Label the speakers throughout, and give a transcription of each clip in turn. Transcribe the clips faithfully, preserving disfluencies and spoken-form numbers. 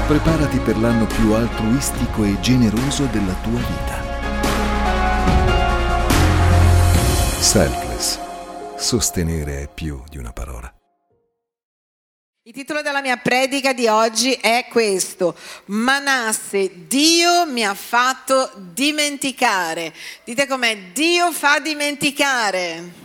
Speaker 1: Preparati per l'anno più altruistico e generoso della tua vita. Selfless. Sostenere è più di una parola.
Speaker 2: Il titolo della mia predica di oggi è questo: Manasse, Dio mi ha fatto dimenticare. Dite com'è: Dio fa dimenticare.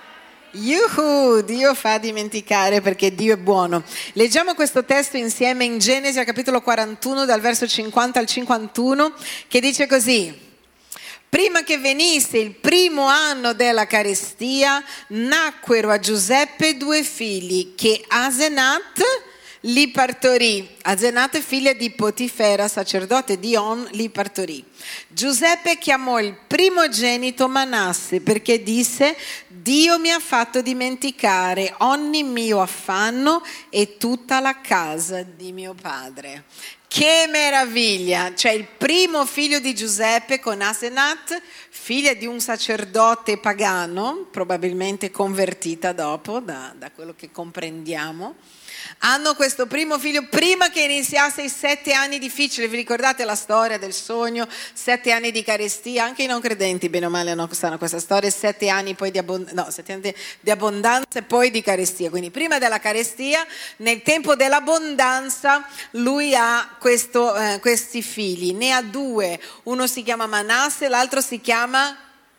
Speaker 2: Yuhu, Dio fa dimenticare perché Dio è buono. Leggiamo questo testo insieme in Genesi al capitolo quarantuno dal verso cinquanta al cinquantuno, che dice così: prima che venisse il primo anno della carestia, nacquero a Giuseppe due figli che Asenat li partorì. Asenat, figlia di Potifera, sacerdote di On, li partorì. Giuseppe chiamò il primogenito Manasse perché disse: Dio mi ha fatto dimenticare ogni mio affanno e tutta la casa di mio padre. Che meraviglia! Cioè il primo figlio di Giuseppe con Asenat, figlia di un sacerdote pagano, probabilmente convertita dopo, da, da quello che comprendiamo. Hanno questo primo figlio prima che iniziasse i sette anni difficili. Vi ricordate la storia del sogno? Sette anni di carestia, anche i non credenti bene o male non sanno questa storia. Sette anni poi di, abbond- no, sette anni di abbondanza e poi di carestia. Quindi prima della carestia, nel tempo dell'abbondanza, lui ha questo, eh, questi figli. Ne ha due, uno si chiama Manasse, l'altro si chiama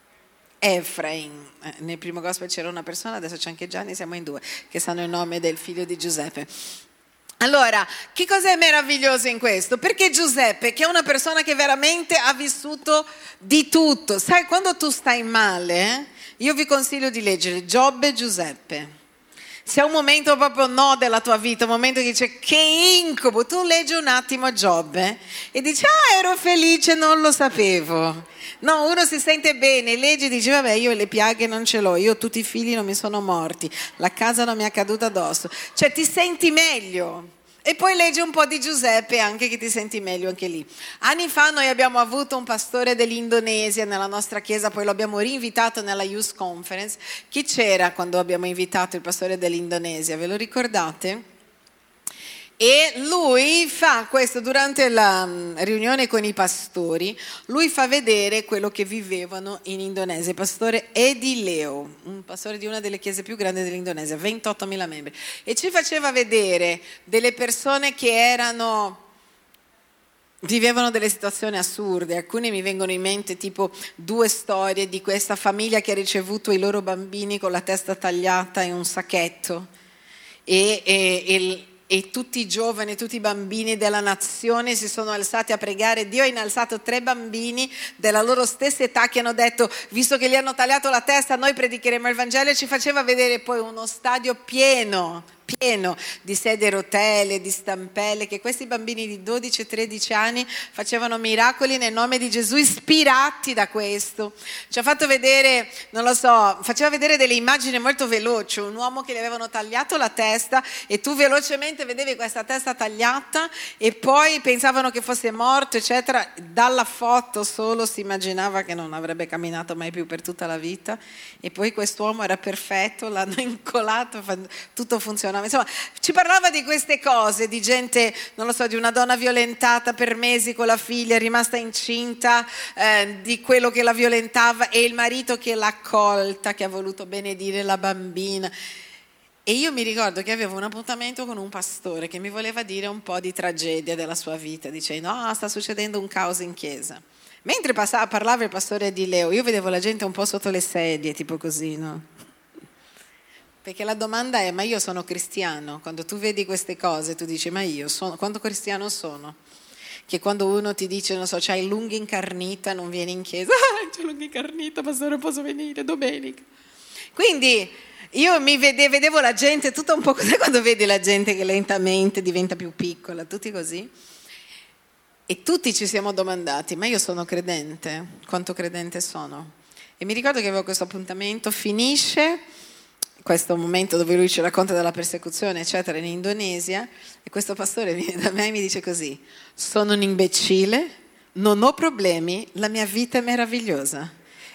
Speaker 2: Efraim. Eh, nel primo gospel c'era una persona, adesso c'è anche Gianni, siamo in due che sanno il nome del figlio di Giuseppe. Allora, che cosa è meraviglioso in questo? Perché Giuseppe, che è una persona che veramente ha vissuto di tutto, sai, quando tu stai male, eh, io vi consiglio di leggere Giobbe e Giuseppe. Se è un momento proprio no della tua vita, un momento che dice che incubo, tu leggi un attimo Giobbe e dici: ah, ero felice, non lo sapevo. No, uno si sente bene, legge e dice: vabbè, io le piaghe non ce l'ho, io tutti i figli non mi sono morti, la casa non mi è caduta addosso. Cioè ti senti meglio. E poi leggi un po' di Giuseppe anche, che ti senti meglio anche lì. Anni fa noi abbiamo avuto un pastore dell'Indonesia nella nostra chiesa, poi lo abbiamo rinvitato nella Youth Conference. Chi c'era quando abbiamo invitato il pastore dell'Indonesia? Ve lo ricordate? E lui fa questo durante la riunione con i pastori, lui fa vedere quello che vivevano in Indonesia. Il pastore Edi Leo, un pastore di una delle chiese più grandi dell'Indonesia, ventottomila membri, e ci faceva vedere delle persone che erano, vivevano delle situazioni assurde. Alcune mi vengono in mente, tipo due storie di questa famiglia che ha ricevuto i loro bambini con la testa tagliata in un sacchetto e, e, e E tutti i giovani, tutti i bambini della nazione si sono alzati a pregare. Dio ha innalzato tre bambini della loro stessa età che hanno detto: visto che gli hanno tagliato la testa, noi predicheremo il Vangelo. E ci faceva vedere poi uno stadio pieno, pieno di sedie a rotelle, di stampelle, che questi bambini di dodici e tredici anni facevano miracoli nel nome di Gesù, ispirati da questo. Ci ha fatto vedere, non lo so, faceva vedere delle immagini molto veloci, un uomo che gli avevano tagliato la testa e tu velocemente vedevi questa testa tagliata e poi pensavano che fosse morto, eccetera. Dalla foto solo si immaginava che non avrebbe camminato mai più per tutta la vita, e poi quest'uomo era perfetto, l'hanno incolato, tutto funzionava. Insomma, ci parlava di queste cose, di gente, non lo so, di una donna violentata per mesi con la figlia, rimasta incinta eh, di quello che la violentava, e il marito che l'ha accolta, che ha voluto benedire la bambina. E io mi ricordo che avevo un appuntamento con un pastore che mi voleva dire un po' di tragedia della sua vita, dicendo: no, sta succedendo un caos in chiesa. Mentre passava, parlava il pastore di Leo, io vedevo la gente un po' sotto le sedie, tipo così, no? Perché la domanda è: ma io sono cristiano? Quando tu vedi queste cose tu dici: ma io sono, quanto cristiano sono? Che quando uno ti dice, non so, c'hai l'unghia incarnita, non vieni in chiesa. Ah, c'ho l'unghia incarnita, pastore, posso venire domenica? Quindi io mi vede, vedevo la gente tutta un po' così, quando vedi la gente che lentamente diventa più piccola, tutti così. E tutti ci siamo domandati: ma io sono credente? Quanto credente sono? E mi ricordo che avevo questo appuntamento, finisce questo momento dove lui ci racconta della persecuzione, eccetera, in Indonesia, e questo pastore viene da me e mi dice così: sono un imbecille, non ho problemi, la mia vita è meravigliosa.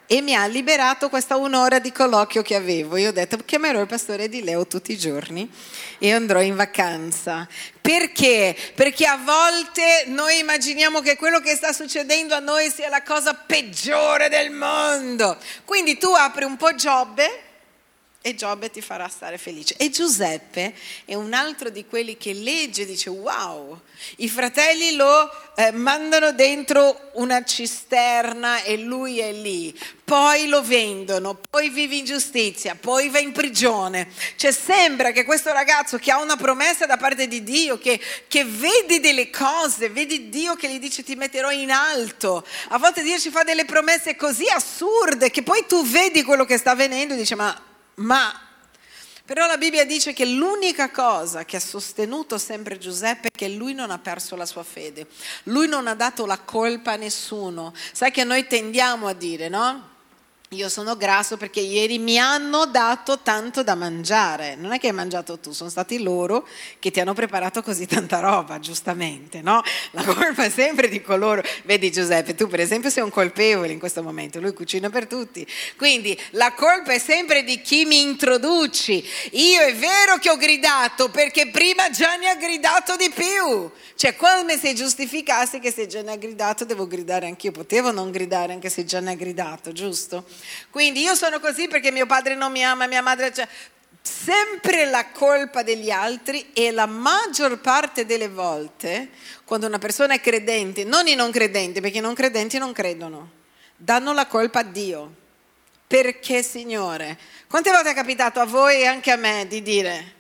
Speaker 2: e mi ha liberato questa un'ora di colloquio che avevo. Io ho detto chiamerò il pastore di Leo tutti i giorni e andrò in vacanza. Perché? Perché a volte noi immaginiamo che quello che sta succedendo a noi sia la cosa peggiore del mondo. Quindi tu apri un po' Giobbe e Giobbe ti farà stare felice. E Giuseppe è un altro di quelli che legge e dice wow, i fratelli lo eh, mandano dentro una cisterna e lui è lì, poi lo vendono, poi vive in giustizia, poi va in prigione. Cioè sembra che questo ragazzo che ha una promessa da parte di Dio, che, che vede delle cose, vedi Dio che gli dice ti metterò in alto. A volte Dio ci fa delle promesse così assurde che poi tu vedi quello che sta avvenendo e dici ma Ma, però la Bibbia dice che l'unica cosa che ha sostenuto sempre Giuseppe è che lui non ha perso la sua fede. Lui non ha dato la colpa a nessuno. Sai che noi tendiamo a dire, no? Io sono grasso perché ieri mi hanno dato tanto da mangiare. Non è che hai mangiato tu, sono stati loro che ti hanno preparato così tanta roba, giustamente, no? La colpa è sempre di coloro. Vedi Giuseppe, tu per esempio sei un colpevole in questo momento, lui cucina per tutti. Quindi la colpa è sempre di chi mi introduci. Io è vero che ho gridato perché prima Gianni ha gridato di più. Cioè come se giustificassi che se Gianni ha gridato devo gridare anch'io. Potevo non gridare anche se Gianni ha gridato, giusto? Quindi io sono così perché mio padre non mi ama, mia madre, cioè, sempre la colpa degli altri. E la maggior parte delle volte quando una persona è credente, non i non credenti, perché i non credenti non credono, danno la colpa a Dio. Perché Signore, quante volte è capitato a voi e anche a me di dire,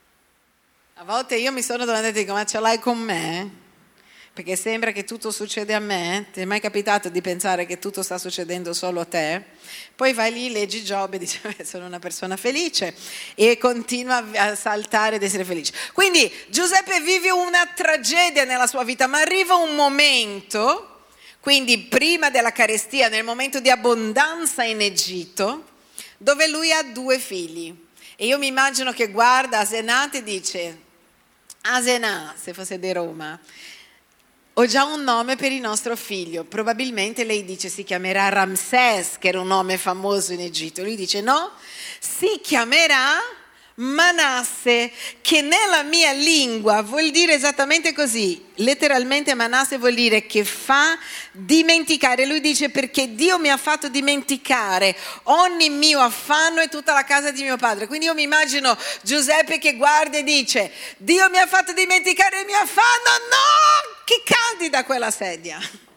Speaker 2: a volte io mi sono domandata, dico ma ce l'hai con me? Perché sembra che tutto succede a me. Ti è mai capitato di pensare che tutto sta succedendo solo a te? Poi vai lì, leggi Giobbe e dici sono una persona felice e continua a saltare ed essere felice. Quindi Giuseppe vive una tragedia nella sua vita, ma arriva un momento, quindi prima della carestia, nel momento di abbondanza in Egitto, dove lui ha due figli. E io mi immagino che guarda Asenat e dice, Asenat, se fosse di Roma, ho già un nome per il nostro figlio. Probabilmente lei dice si chiamerà Ramses, che era un nome famoso in Egitto. Lui dice no, si chiamerà Manasse, che nella mia lingua vuol dire esattamente così. Letteralmente Manasse vuol dire che fa dimenticare. Lui dice perché Dio mi ha fatto dimenticare ogni mio affanno e tutta la casa di mio padre. Quindi io mi immagino Giuseppe che guarda e dice Dio mi ha fatto dimenticare il mio affanno. No, chi cadi da quella sedia?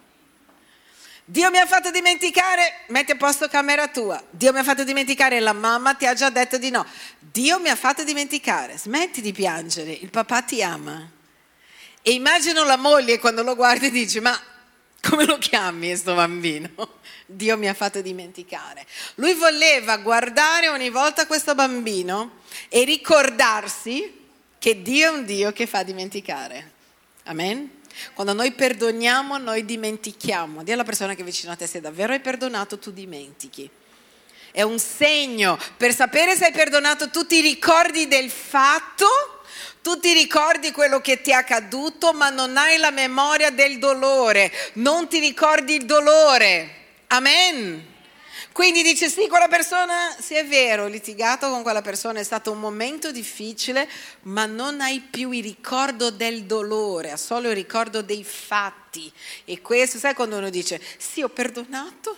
Speaker 2: Dio mi ha fatto dimenticare, metti a posto camera tua. Dio mi ha fatto dimenticare, la mamma ti ha già detto di no. Dio mi ha fatto dimenticare, smetti di piangere, il papà ti ama. E immagino la moglie quando lo guardi e dici ma come lo chiami questo bambino? Dio mi ha fatto dimenticare. Lui voleva guardare ogni volta questo bambino e ricordarsi che Dio è un Dio che fa dimenticare. Amen? Quando noi perdoniamo, noi dimentichiamo. Dì alla persona che è vicino a te, se davvero hai perdonato, tu dimentichi. È un segno per sapere se hai perdonato. Tu ti ricordi del fatto, tu ti ricordi quello che ti è accaduto, ma non hai la memoria del dolore. Non ti ricordi il dolore. Amen. Quindi dice sì, quella persona, sì è vero, ho litigato con quella persona, è stato un momento difficile, ma non hai più il ricordo del dolore, hai solo il ricordo dei fatti. E questo, sai quando uno dice sì ho perdonato?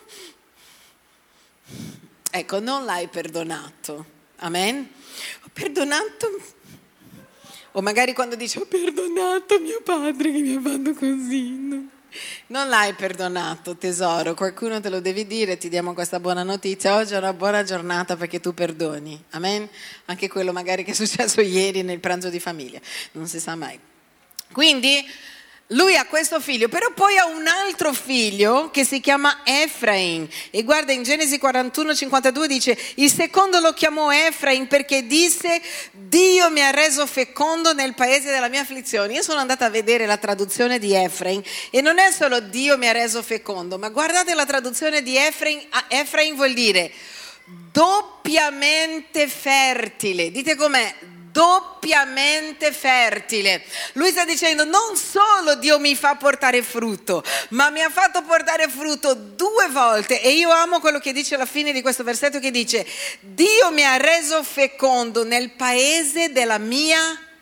Speaker 2: Ecco, non l'hai perdonato, amen? Ho perdonato, o magari quando dice ho perdonato mio padre che mi ha fatto così, no? Non l'hai perdonato, tesoro, qualcuno te lo devi dire. Ti diamo questa buona notizia, oggi è una buona giornata perché tu perdoni, amen? Anche quello magari che è successo ieri nel pranzo di famiglia, non si sa mai. Quindi lui ha questo figlio, però poi ha un altro figlio che si chiama Efraim. E guarda, in Genesi quarantuno cinquantadue dice: il secondo lo chiamò Efraim perché disse: Dio mi ha reso fecondo nel paese della mia afflizione. Io sono andata a vedere la traduzione di Efraim e non è solo Dio mi ha reso fecondo, ma guardate la traduzione di Efraim. Efraim vuol dire doppiamente fertile. Dite com'è? doppiamente fertile. Lui sta dicendo non solo Dio mi fa portare frutto, ma mi ha fatto portare frutto due volte. E io amo quello che dice alla fine di questo versetto, che dice: Dio mi ha reso fecondo nel paese della mia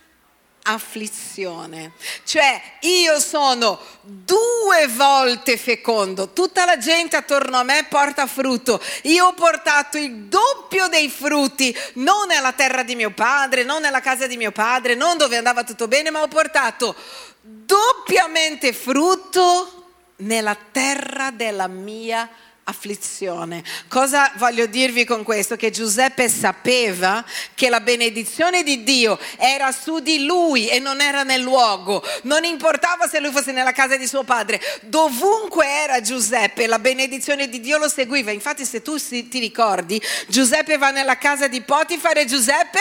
Speaker 2: afflizione. Cioè io sono due volte fecondo, tutta la gente attorno a me porta frutto, io ho portato il doppio dei frutti, non nella terra di mio padre, non nella casa di mio padre, non dove andava tutto bene, ma ho portato doppiamente frutto nella terra della mia afflizione. Cosa voglio dirvi con questo? Che Giuseppe sapeva che la benedizione di Dio era su di lui e non era nel luogo. Non importava se lui fosse nella casa di suo padre, dovunque era Giuseppe la benedizione di Dio lo seguiva. Infatti, se tu ti ricordi, Giuseppe va nella casa di Potifar e Giuseppe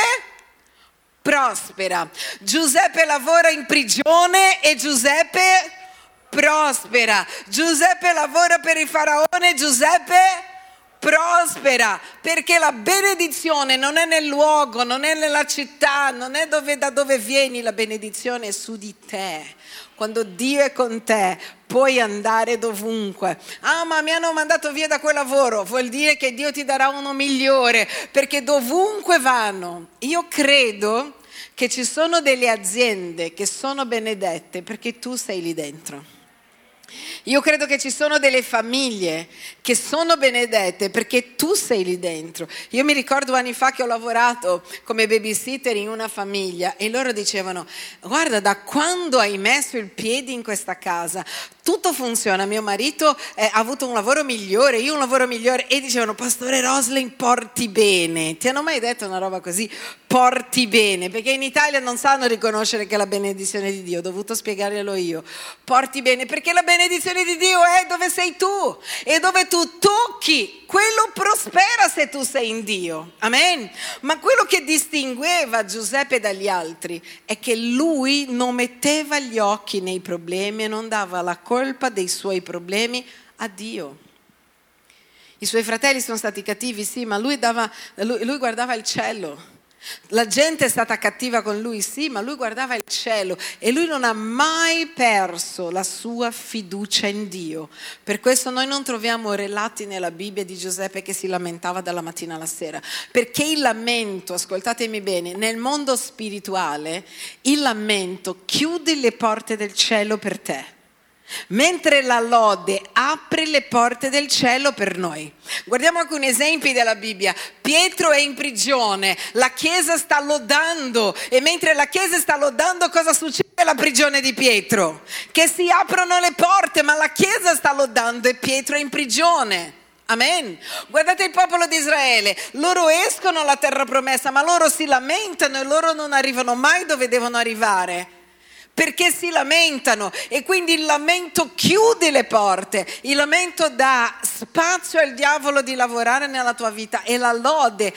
Speaker 2: prospera. Giuseppe lavora in prigione e Giuseppe prospera. Giuseppe lavora per il faraone, Giuseppe prospera, perché la benedizione non è nel luogo, non è nella città, non è dove, da dove vieni, la benedizione è su di te. Quando Dio è con te puoi andare dovunque. Ah, ma mi hanno mandato via da quel lavoro, vuol dire che Dio ti darà uno migliore, perché dovunque vanno. Io credo che ci sono delle aziende che sono benedette perché tu sei lì dentro. Io credo che ci sono delle famiglie che sono benedette perché tu sei lì dentro. Io mi ricordo anni fa che ho lavorato come babysitter in una famiglia e loro dicevano: guarda, da quando hai messo il piede in questa casa tutto funziona, mio marito eh, ha avuto un lavoro migliore, io un lavoro migliore. E dicevano: Pastore Roslin, porti bene. Ti hanno mai detto una roba così? Porti bene, perché in Italia non sanno riconoscere che è la benedizione di Dio, ho dovuto spiegarglielo io. Porti bene, perché la benedizione di Dio è dove sei tu, e dove tu tocchi, quello prospera se tu sei in Dio. Amen. Ma quello che distingueva Giuseppe dagli altri è che lui non metteva gli occhi nei problemi e non dava la colpa dei suoi problemi a Dio. I suoi fratelli sono stati cattivi, sì, ma lui, dava, lui, lui guardava il cielo. La gente è stata cattiva con lui, sì, ma lui guardava il cielo e lui non ha mai perso la sua fiducia in Dio. Per questo noi non troviamo relati nella Bibbia di Giuseppe che si lamentava dalla mattina alla sera, perché il lamento, ascoltatemi bene, nel mondo spirituale il lamento chiude le porte del cielo per te, mentre la lode apre le porte del cielo per noi. Guardiamo alcuni esempi della Bibbia. Pietro è in prigione, la chiesa sta lodando, e mentre la chiesa sta lodando, cosa succede alla prigione di Pietro? Che si aprono le porte, ma la chiesa sta lodando e Pietro è in prigione. Amen. Guardate il popolo di Israele, loro escono alla terra promessa, ma loro si lamentano e loro non arrivano mai dove devono arrivare, perché si lamentano, e quindi il lamento chiude le porte, il lamento dà spazio al diavolo di lavorare nella tua vita, e la lode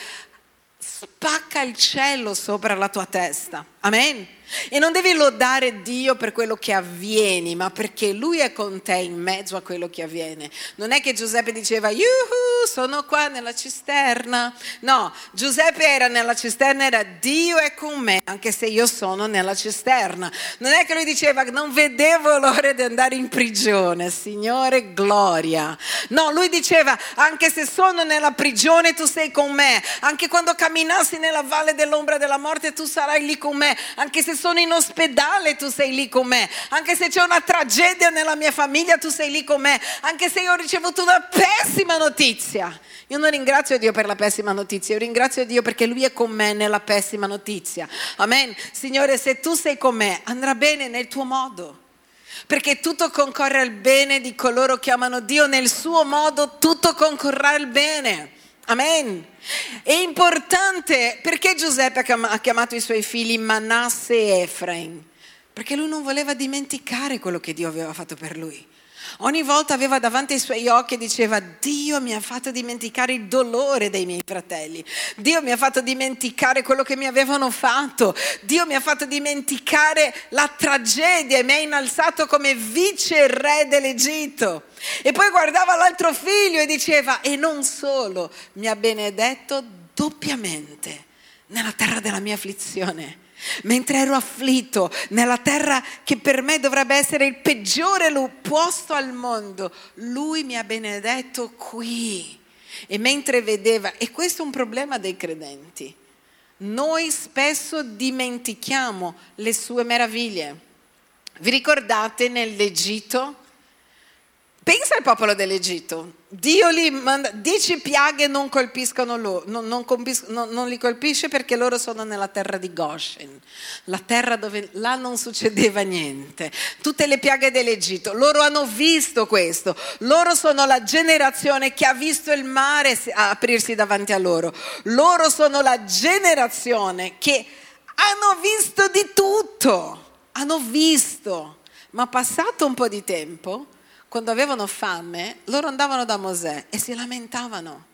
Speaker 2: spacca il cielo sopra la tua testa. Amen. E non devi lodare Dio per quello che avviene, ma perché Lui è con te in mezzo a quello che avviene. Non è che Giuseppe diceva: yuhu, sono qua nella cisterna. No, Giuseppe era nella cisterna, era: Dio è con me anche se io sono nella cisterna. Non è che lui diceva: non vedevo l'ora di andare in prigione, Signore, gloria. No, lui diceva: anche se sono nella prigione tu sei con me, anche quando camminassi nella valle dell'ombra della morte tu sarai lì con me, anche se sono in ospedale tu sei lì con me, anche se c'è una tragedia nella mia famiglia tu sei lì con me, anche se io ho ricevuto una pessima notizia. Io non ringrazio Dio per la pessima notizia, io ringrazio Dio perché Lui è con me nella pessima notizia. Amen. Signore, se tu sei con me andrà bene nel tuo modo, perché tutto concorre al bene di coloro che amano Dio, nel suo modo tutto concorrerà al bene. Amen. È importante. Perché Giuseppe ha chiamato i suoi figli Manasse e Efraim? Perché lui non voleva dimenticare quello che Dio aveva fatto per lui. Ogni volta aveva davanti ai suoi occhi e diceva: Dio mi ha fatto dimenticare il dolore dei miei fratelli, Dio mi ha fatto dimenticare quello che mi avevano fatto, Dio mi ha fatto dimenticare la tragedia e mi ha innalzato come vice re dell'Egitto. E poi guardava l'altro figlio e diceva: e non solo, mi ha benedetto doppiamente nella terra della mia afflizione. Mentre ero afflitto nella terra che per me dovrebbe essere il peggiore posto al mondo, Lui mi ha benedetto qui. E mentre vedeva, e questo è un problema dei credenti, noi spesso dimentichiamo le sue meraviglie. Vi ricordate nell'Egitto? Pensa al popolo dell'Egitto, Dio li manda, dieci piaghe non colpiscono loro, non, non, compis, non, non li colpisce perché loro sono nella terra di Goshen, la terra dove là non succedeva niente. Tutte le piaghe dell'Egitto, loro hanno visto questo, loro sono la generazione che ha visto il mare aprirsi davanti a loro, loro sono la generazione che hanno visto di tutto, hanno visto, ma passato un po' di tempo, quando avevano fame, loro andavano da Mosè e si lamentavano.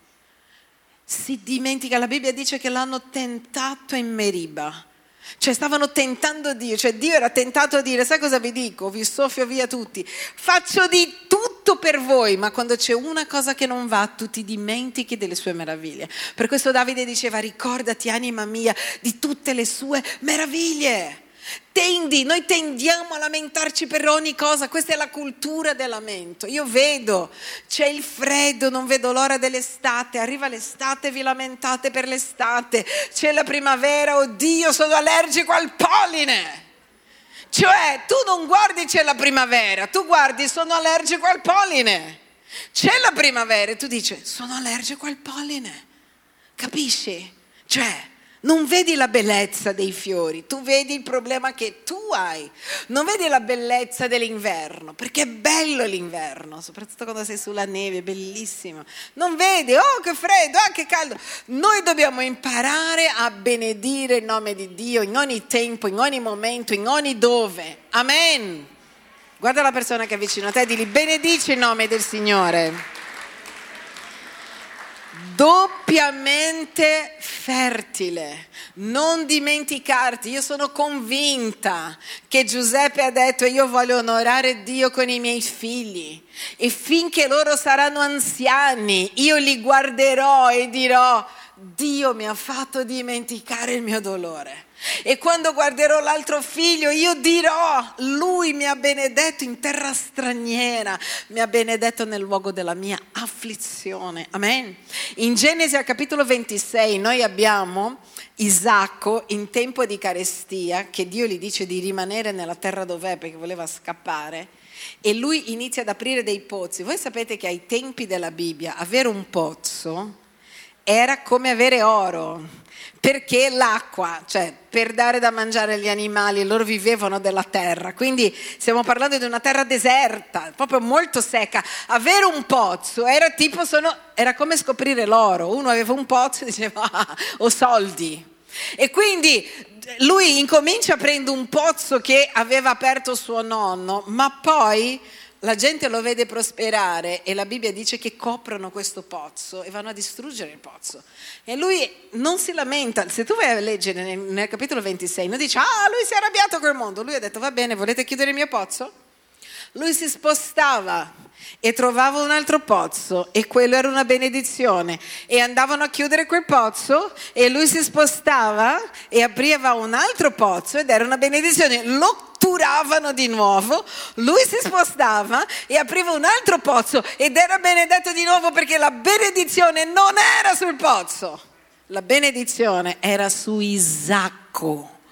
Speaker 2: Si dimentica, la Bibbia dice che l'hanno tentato in Meriba. Cioè stavano tentando Dio, cioè Dio era tentato a dire, sai cosa vi dico? Vi soffio via tutti. Faccio di tutto per voi, ma quando c'è una cosa che non va, tu ti dimentichi delle sue meraviglie. Per questo Davide diceva, ricordati anima mia di tutte le sue meraviglie. Tendi, noi tendiamo a lamentarci per ogni cosa, questa è la cultura del lamento. Io vedo, c'è il freddo, non vedo l'ora dell'estate, arriva l'estate, vi lamentate per l'estate, c'è la primavera, oddio sono allergico al polline. Cioè tu non guardi c'è la primavera, tu guardi sono allergico al polline. C'è la primavera e tu dici sono allergico al polline, capisci? Cioè non vedi la bellezza dei fiori, tu vedi il problema che tu hai, non vedi la bellezza dell'inverno, perché è bello l'inverno, soprattutto quando sei sulla neve, è bellissimo. Non vedi, oh che freddo, ah che caldo. Noi dobbiamo imparare a benedire il nome di Dio in ogni tempo, in ogni momento, in ogni dove. Amen. Guarda la persona che è vicino a te e digli benedici il nome del Signore. Doppiamente fertile, non dimenticarti. Io sono convinta che Giuseppe ha detto io voglio onorare Dio con i miei figli e finché loro saranno anziani io li guarderò e dirò Dio mi ha fatto dimenticare il mio dolore. E quando guarderò l'altro figlio io dirò lui mi ha benedetto in terra straniera, mi ha benedetto nel luogo della mia afflizione. Amen. In Genesi al capitolo ventisei noi abbiamo Isacco in tempo di carestia che Dio gli dice di rimanere nella terra dov'è perché voleva scappare e lui inizia ad aprire dei pozzi. Voi sapete che ai tempi della Bibbia avere un pozzo era come avere oro. Perché l'acqua, cioè per dare da mangiare agli animali, loro vivevano della terra, quindi stiamo parlando di una terra deserta, proprio molto secca. Avere un pozzo era tipo, sono, era come scoprire l'oro, uno aveva un pozzo e diceva ah, ho soldi. E quindi lui incomincia aprendo un pozzo che aveva aperto suo nonno, ma poi la gente lo vede prosperare e la Bibbia dice che coprono questo pozzo e vanno a distruggere il pozzo. E lui non si lamenta. Se tu vai a leggere nel, nel capitolo ventisei, non dice, ah, lui si è arrabbiato col mondo. Lui ha detto, va bene, volete chiudere il mio pozzo? Lui si spostava e trovava un altro pozzo e quello era una benedizione. E andavano a chiudere quel pozzo e lui si spostava e apriva un altro pozzo ed era una benedizione. Lo turavano di nuovo, lui si spostava e apriva un altro pozzo ed era benedetto di nuovo perché la benedizione non era sul pozzo, la benedizione era su Isacco.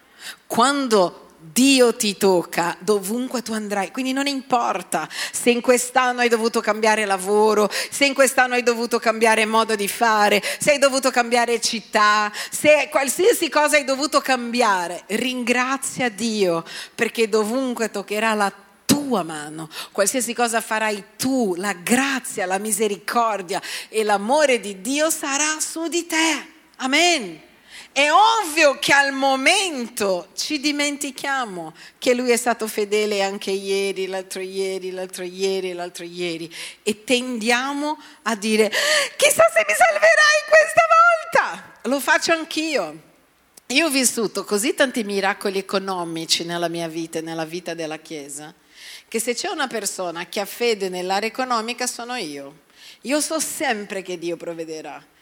Speaker 2: Quando Dio ti tocca dovunque tu andrai, quindi non importa se in quest'anno hai dovuto cambiare lavoro, se in quest'anno hai dovuto cambiare modo di fare, se hai dovuto cambiare città, se qualsiasi cosa hai dovuto cambiare, ringrazia Dio perché dovunque toccherà la tua mano, qualsiasi cosa farai tu, la grazia, la misericordia e l'amore di Dio sarà su di te. Amen. È ovvio che al momento ci dimentichiamo che lui è stato fedele anche ieri, l'altro ieri, l'altro ieri, l'altro ieri e tendiamo a dire chissà se mi salverai questa volta. Lo faccio anch'io. Io ho vissuto così tanti miracoli economici nella mia vita e nella vita della Chiesa che se c'è una persona che ha fede nell'area economica sono io. Io so sempre che Dio provvederà.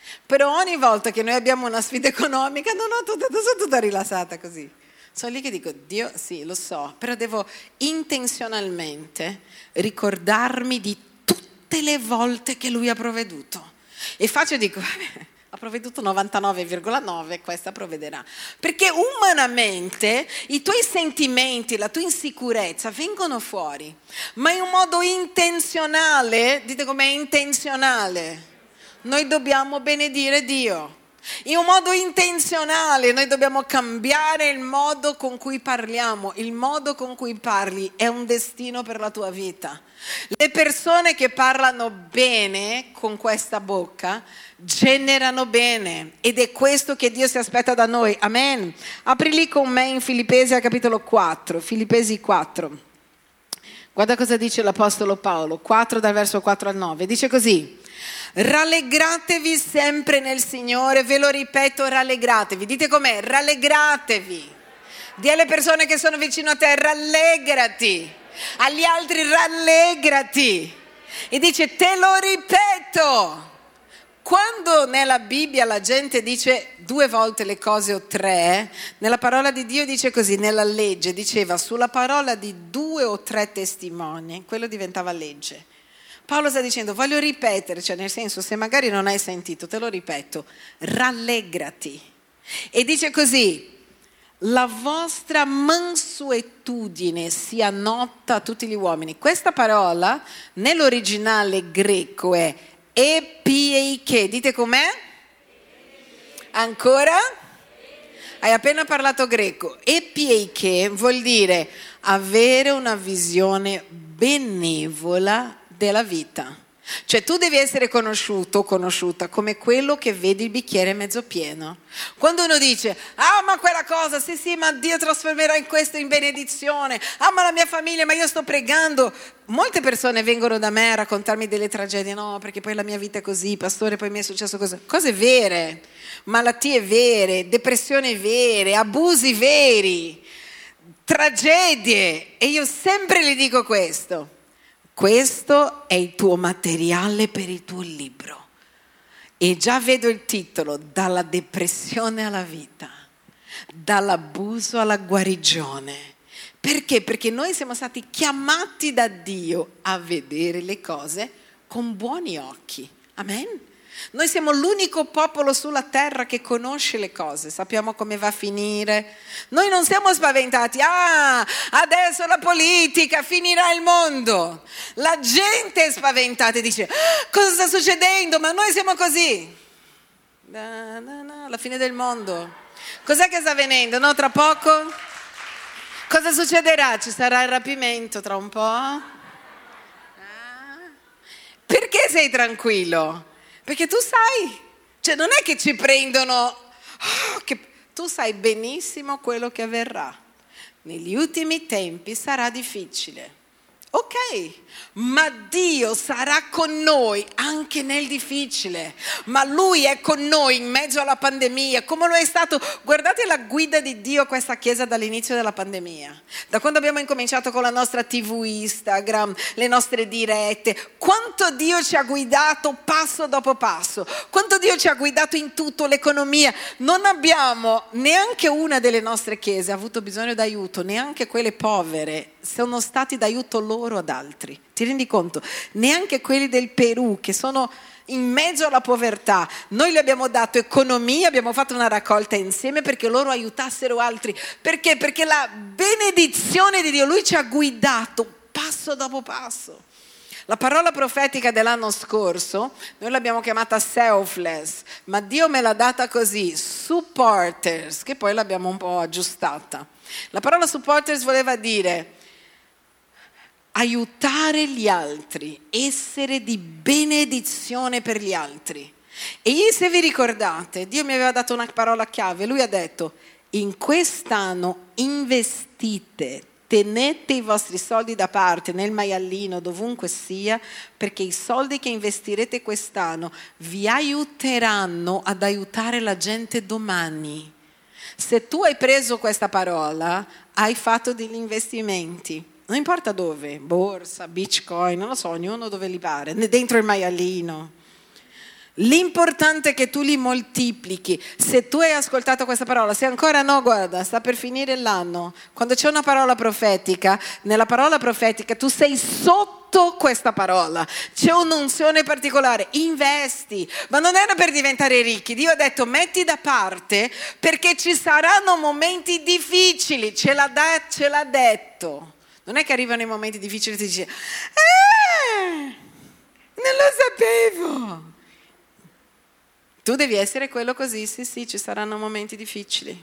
Speaker 2: Però ogni volta che noi abbiamo una sfida economica, non ho tutta, sono tutta rilassata così. Sono lì che dico, Dio, sì, lo so, però devo intenzionalmente ricordarmi di tutte le volte che Lui ha provveduto. E faccio e dico, ha provveduto novantanove virgola nove, questa provvederà. Perché umanamente i tuoi sentimenti, la tua insicurezza vengono fuori, ma in un modo intenzionale, dite com'è intenzionale, noi dobbiamo benedire Dio. In un modo intenzionale noi dobbiamo cambiare il modo con cui parliamo. Il modo con cui parli è un destino per la tua vita. Le persone che parlano bene con questa bocca generano bene, ed è questo che Dio si aspetta da noi. Amen. Apri lì con me in Filippesi al capitolo quattro, Filippesi quattro. Guarda cosa dice l'Apostolo Paolo, quattro dal verso quattro al nove. Dice così: rallegratevi sempre nel Signore, ve lo ripeto, rallegratevi. Dite com'è, rallegratevi. Dì alle persone che sono vicino a te, rallegrati. Agli altri, rallegrati. E dice, te lo ripeto. Quando nella Bibbia la gente dice due volte le cose o tre, nella parola di Dio dice così, nella legge diceva sulla parola di due o tre testimoni, quello diventava legge. Paolo sta dicendo, voglio ripetere, cioè nel senso, se magari non hai sentito, te lo ripeto, rallegrati. E dice così, la vostra mansuetudine sia nota a tutti gli uomini. Questa parola nell'originale greco è epieike. Dite com'è? Ancora? Hai appena parlato greco. Epieike vuol dire avere una visione benevola della vita. Cioè tu devi essere conosciuto o conosciuta come quello che vedi il bicchiere mezzo pieno. Quando uno dice, ah ma quella cosa, sì sì ma Dio trasformerà in questo in benedizione, ah ma la mia famiglia, ma io sto pregando. Molte persone vengono da me a raccontarmi delle tragedie, no perché poi la mia vita è così, pastore poi mi è successo così. Cose vere, malattie vere, depressioni vere, abusi veri, tragedie. E io sempre gli dico questo. Questo è il tuo materiale per il tuo libro. E già vedo il titolo, dalla depressione alla vita, dall'abuso alla guarigione. Perché? Perché noi siamo stati chiamati da Dio a vedere le cose con buoni occhi. Amen? Noi siamo l'unico popolo sulla terra che conosce le cose, sappiamo come va a finire. Noi non siamo spaventati, ah, adesso la politica finirà il mondo. La gente è spaventata e dice, ah, cosa sta succedendo? Ma noi siamo così. No, no, no, la fine del mondo. Cos'è che sta avvenendo? No, tra poco? Cosa succederà? Ci sarà il rapimento tra un po'? Ah. Perché sei tranquillo? Perché tu sai, cioè non è che ci prendono, oh, che, tu sai benissimo quello che avverrà. Negli ultimi tempi sarà difficile. Ok, ma Dio sarà con noi anche nel difficile, ma Lui è con noi in mezzo alla pandemia, come lo è stato. Guardate la guida di Dio a questa chiesa dall'inizio della pandemia, da quando abbiamo incominciato con la nostra tivù, Instagram, le nostre dirette, quanto Dio ci ha guidato passo dopo passo, quanto Dio ci ha guidato in tutto, l'economia. Non abbiamo, neanche una delle nostre chiese ha avuto bisogno d'aiuto, neanche quelle povere sono stati d'aiuto loro ad altri. Ti rendi conto? Neanche quelli del Perù che sono in mezzo alla povertà, noi gli abbiamo dato economia, abbiamo fatto una raccolta insieme perché loro aiutassero altri. Perché? Perché la benedizione di Dio, Lui ci ha guidato passo dopo passo. La parola profetica dell'anno scorso noi l'abbiamo chiamata selfless, ma Dio me l'ha data così, supporters, che poi l'abbiamo un po' aggiustata. La parola supporters voleva dire aiutare gli altri, essere di benedizione per gli altri. E se vi ricordate, Dio mi aveva dato una parola chiave, Lui ha detto, in quest'anno investite, tenete i vostri soldi da parte nel maialino, dovunque sia, perché i soldi che investirete quest'anno vi aiuteranno ad aiutare la gente domani. Se tu hai preso questa parola, hai fatto degli investimenti. Non importa dove, borsa, bitcoin, non lo so, ognuno dove li pare, dentro il maialino. L'importante è che tu li moltiplichi. Se tu hai ascoltato questa parola, se ancora no, guarda, sta per finire l'anno. Quando c'è una parola profetica, nella parola profetica tu sei sotto questa parola. C'è un'unzione particolare, investi. Ma non era per diventare ricchi. Dio ha detto metti da parte perché ci saranno momenti difficili. Ce l'ha, da, ce l'ha detto. Non è che arrivano i momenti difficili e ti dici eh, non lo sapevo. Tu devi essere quello così, sì sì, ci saranno momenti difficili.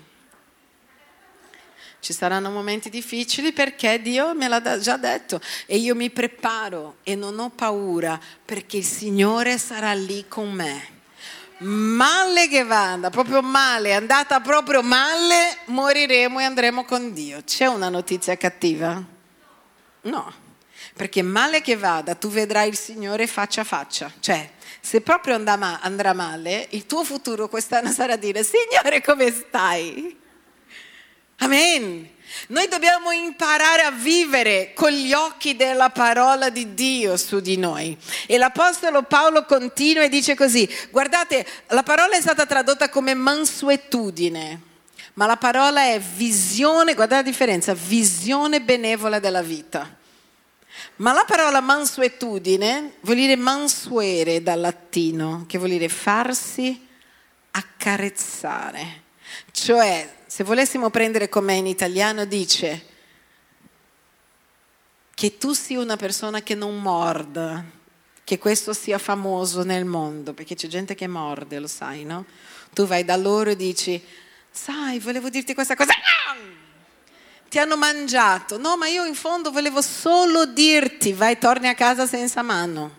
Speaker 2: Ci saranno momenti difficili perché Dio me l'ha già detto e io mi preparo e non ho paura perché il Signore sarà lì con me. Male che vada, proprio male, è andata proprio male, moriremo e andremo con Dio. C'è una notizia cattiva? No, perché male che vada tu vedrai il Signore faccia a faccia, cioè se proprio andrà male, il tuo futuro quest'anno sarà dire Signore come stai? Amen. Noi dobbiamo imparare a vivere con gli occhi della parola di Dio su di noi. E l'Apostolo Paolo continua e dice così, guardate, la parola è stata tradotta come mansuetudine, ma la parola è visione, guardate la differenza, visione benevola della vita. Ma la parola mansuetudine vuol dire mansuere dal latino, che vuol dire farsi accarezzare. Cioè, se volessimo prendere com'è in italiano, dice che tu sia una persona che non morda, che questo sia famoso nel mondo, perché c'è gente che morde, lo sai, no? Tu vai da loro e dici, sai, volevo dirti questa cosa, ti hanno mangiato, no ma io in fondo volevo solo dirti, vai torni a casa senza mano.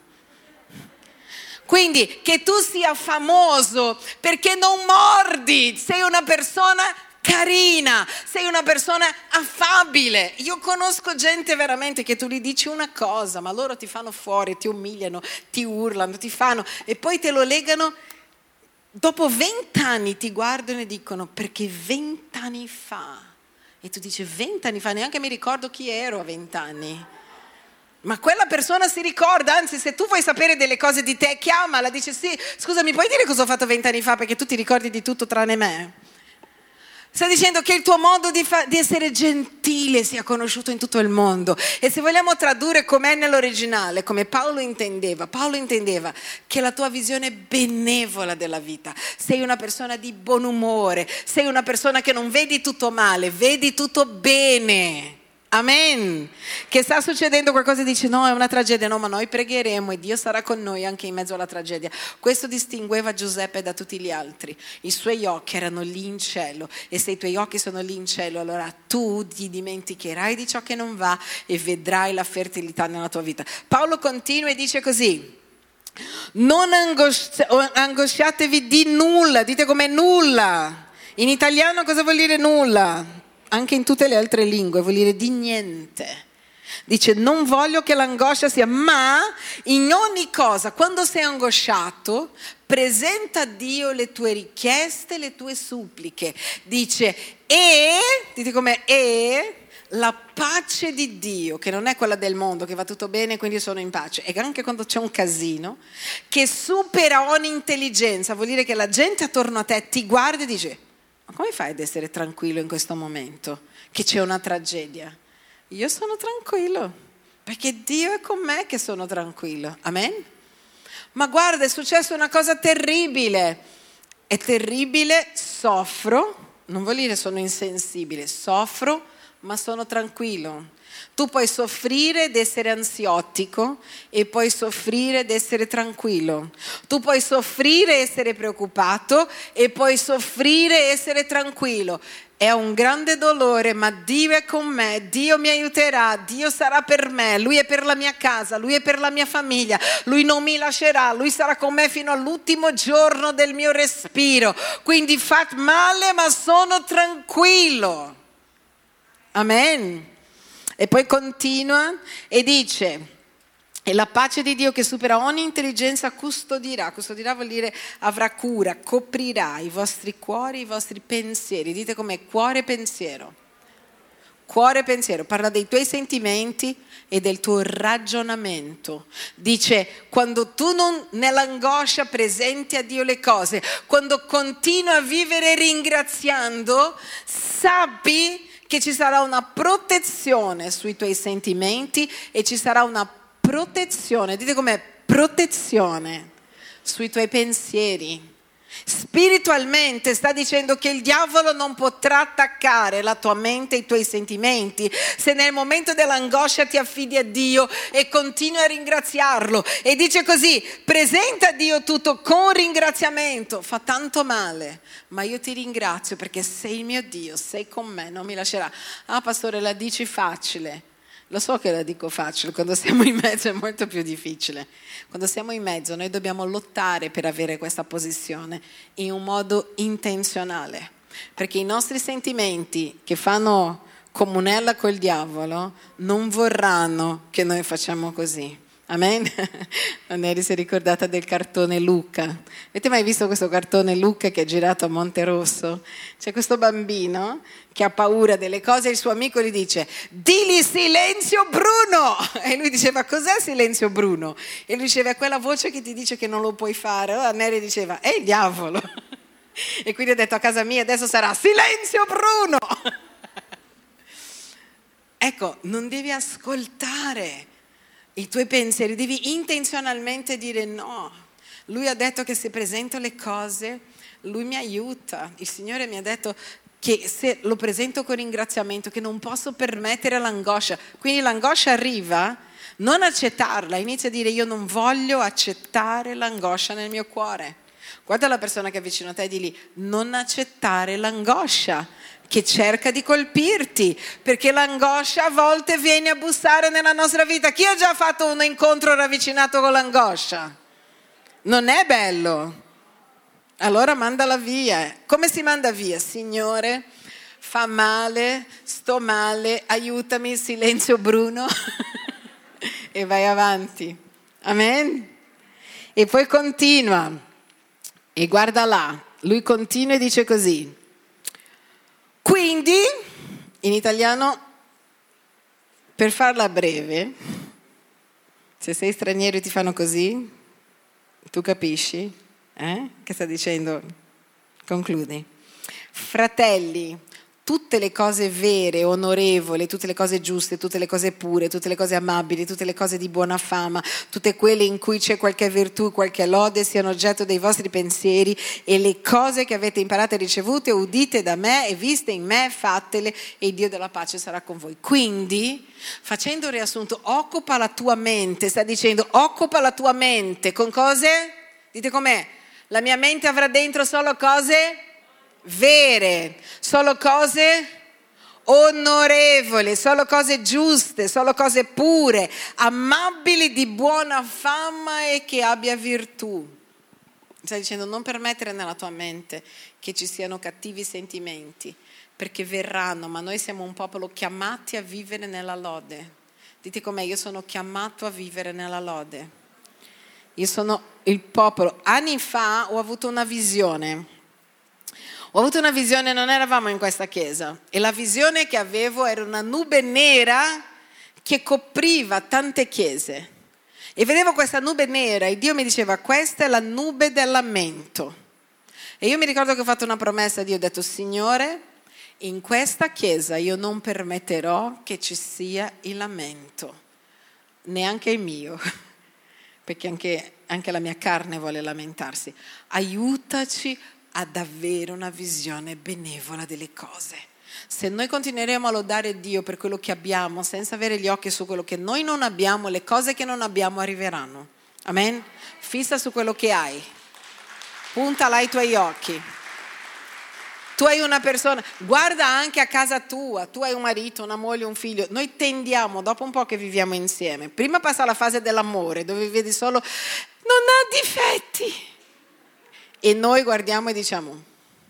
Speaker 2: Quindi che tu sia famoso perché non mordi, sei una persona carina, sei una persona affabile. Io conosco gente veramente che tu gli dici una cosa ma loro ti fanno fuori, ti umiliano, ti urlano, ti fanno e poi te lo legano. Dopo vent'anni ti guardano e dicono perché vent'anni fa. E tu dici vent'anni fa, neanche mi ricordo chi ero a vent'anni. Ma quella persona si ricorda, anzi se tu vuoi sapere delle cose di te, chiamala, dice sì, scusa mi puoi dire cosa ho fatto vent'anni fa perché tu ti ricordi di tutto tranne me? Sta dicendo che il tuo modo di, fa- di essere gentile sia conosciuto in tutto il mondo. E se vogliamo tradurre com'è nell'originale, come Paolo intendeva, Paolo intendeva che la tua visione benevola della vita, sei una persona di buon umore, sei una persona che non vedi tutto male, vedi tutto bene. Amen. Che sta succedendo qualcosa e dice no è una tragedia, no ma noi pregheremo e Dio sarà con noi anche in mezzo alla tragedia. Questo distingueva Giuseppe da tutti gli altri, i suoi occhi erano lì in cielo e se i tuoi occhi sono lì in cielo allora tu ti dimenticherai di ciò che non va e vedrai la fertilità nella tua vita. Paolo continua e dice così, non angosci- angosciatevi di nulla, dite com'è nulla, in italiano cosa vuol dire nulla? Anche in tutte le altre lingue vuol dire di niente. Dice non voglio che l'angoscia sia, ma in ogni cosa, quando sei angosciato, presenta a Dio le tue richieste, le tue suppliche. Dice e, dite com'è, e la pace di Dio, che non è quella del mondo, che va tutto bene quindi io sono in pace, e anche quando c'è un casino, che supera ogni intelligenza, vuol dire che la gente attorno a te ti guarda e dice ma come fai ad essere tranquillo in questo momento che c'è una tragedia? Io sono tranquillo perché Dio è con me che sono tranquillo. Amen? Ma guarda, è successa una cosa terribile. È terribile, soffro, non vuol dire sono insensibile, soffro ma sono tranquillo. Tu puoi soffrire ed essere ansiotico e puoi soffrire ed essere tranquillo. Tu puoi soffrire e essere preoccupato e puoi soffrire e essere tranquillo. È un grande dolore, ma Dio è con me, Dio mi aiuterà, Dio sarà per me, Lui è per la mia casa, Lui è per la mia famiglia, Lui non mi lascerà, Lui sarà con me fino all'ultimo giorno del mio respiro. Quindi fa male, ma sono tranquillo. Amen. E poi continua e dice, e la pace di Dio che supera ogni intelligenza custodirà, custodirà vuol dire avrà cura, coprirà i vostri cuori, i vostri pensieri, dite com'è, cuore e pensiero. Cuore e pensiero, parla dei tuoi sentimenti e del tuo ragionamento. Dice, quando tu non nell'angoscia presenti a Dio le cose, quando continui a vivere ringraziando, sappi che ci sarà una protezione sui tuoi sentimenti e ci sarà una protezione, dite com'è, protezione sui tuoi pensieri. Spiritualmente sta dicendo che il diavolo non potrà attaccare la tua mente e i tuoi sentimenti se nel momento dell'angoscia ti affidi a Dio e continui a ringraziarlo e dice così: presenta a Dio tutto con ringraziamento. Fa tanto male, ma io ti ringrazio perché sei il mio Dio, sei con me, non mi lascerà. Ah pastore, la dici facile. Lo so che la dico facile, quando siamo in mezzo è molto più difficile. Quando siamo in mezzo noi dobbiamo lottare per avere questa posizione in un modo intenzionale, perché i nostri sentimenti che fanno comunella col diavolo non vorranno che noi facciamo così. Amen? Neri si è ricordata del cartone Luca. Avete mai visto questo cartone Luca che è girato a Monterosso? C'è questo bambino che ha paura delle cose e il suo amico gli dice: digli silenzio Bruno! E lui diceva: cos'è silenzio Bruno? E lui diceva: è quella voce che ti dice che non lo puoi fare. Allora Neri diceva: è il diavolo. E quindi ha detto: a casa mia adesso sarà silenzio Bruno! Ecco, non devi ascoltare i tuoi pensieri, devi intenzionalmente dire no. Lui ha detto che se presento le cose, lui mi aiuta. Il Signore mi ha detto che se lo presento con ringraziamento, che non posso permettere l'angoscia. Quindi l'angoscia arriva, non accettarla, inizia a dire: io non voglio accettare l'angoscia nel mio cuore. Guarda la persona che è vicino a te e digli: non accettare l'angoscia che cerca di colpirti, perché l'angoscia a volte viene a bussare nella nostra vita. Chi ha già fatto un incontro ravvicinato con l'angoscia? Non è bello. Allora mandala via. Come si manda via? Signore, fa male, sto male, aiutami, silenzio Bruno. E vai avanti. Amen? E poi continua. E guarda là, lui continua e dice così: quindi, in italiano, per farla breve, se sei straniero e ti fanno così, tu capisci? Eh? Che sta dicendo? Concludi. Fratelli, tutte le cose vere, onorevoli, tutte le cose giuste, tutte le cose pure, tutte le cose amabili, tutte le cose di buona fama, tutte quelle in cui c'è qualche virtù, qualche lode, siano oggetto dei vostri pensieri, e le cose che avete imparate e ricevute, udite da me e viste in me, fatele, e il Dio della pace sarà con voi. Quindi, facendo un riassunto, occupa la tua mente, sta dicendo occupa la tua mente con cose, dite com'è, la mia mente avrà dentro solo cose vere, solo cose onorevoli, solo cose giuste, solo cose pure, amabili, di buona fama e che abbia virtù. Sta dicendo: non permettere nella tua mente che ci siano cattivi sentimenti, perché verranno, ma noi siamo un popolo chiamati a vivere nella lode. Dite com'è: io sono chiamato a vivere nella lode. Io sono il popolo. Anni fa ho avuto una visione. Ho avuto una visione, non eravamo in questa chiesa, e la visione che avevo era una nube nera che copriva tante chiese. E vedevo questa nube nera e Dio mi diceva: questa è la nube del lamento. E io mi ricordo che ho fatto una promessa a Dio, ho detto: Signore, in questa chiesa io non permetterò che ci sia il lamento, neanche il mio, perché anche, anche la mia carne vuole lamentarsi. Aiutaci ad avere una visione benevola delle cose. Se noi continueremo a lodare Dio per quello che abbiamo senza avere gli occhi su quello che noi non abbiamo, le cose che non abbiamo arriveranno. Amen? Fissa su quello che hai, punta là i tuoi occhi. Tu hai una persona, guarda anche a casa tua, tu hai un marito, una moglie, un figlio. Noi tendiamo, dopo un po' che viviamo insieme, prima passa la fase dell'amore dove vedi solo non ha difetti. E noi guardiamo e diciamo: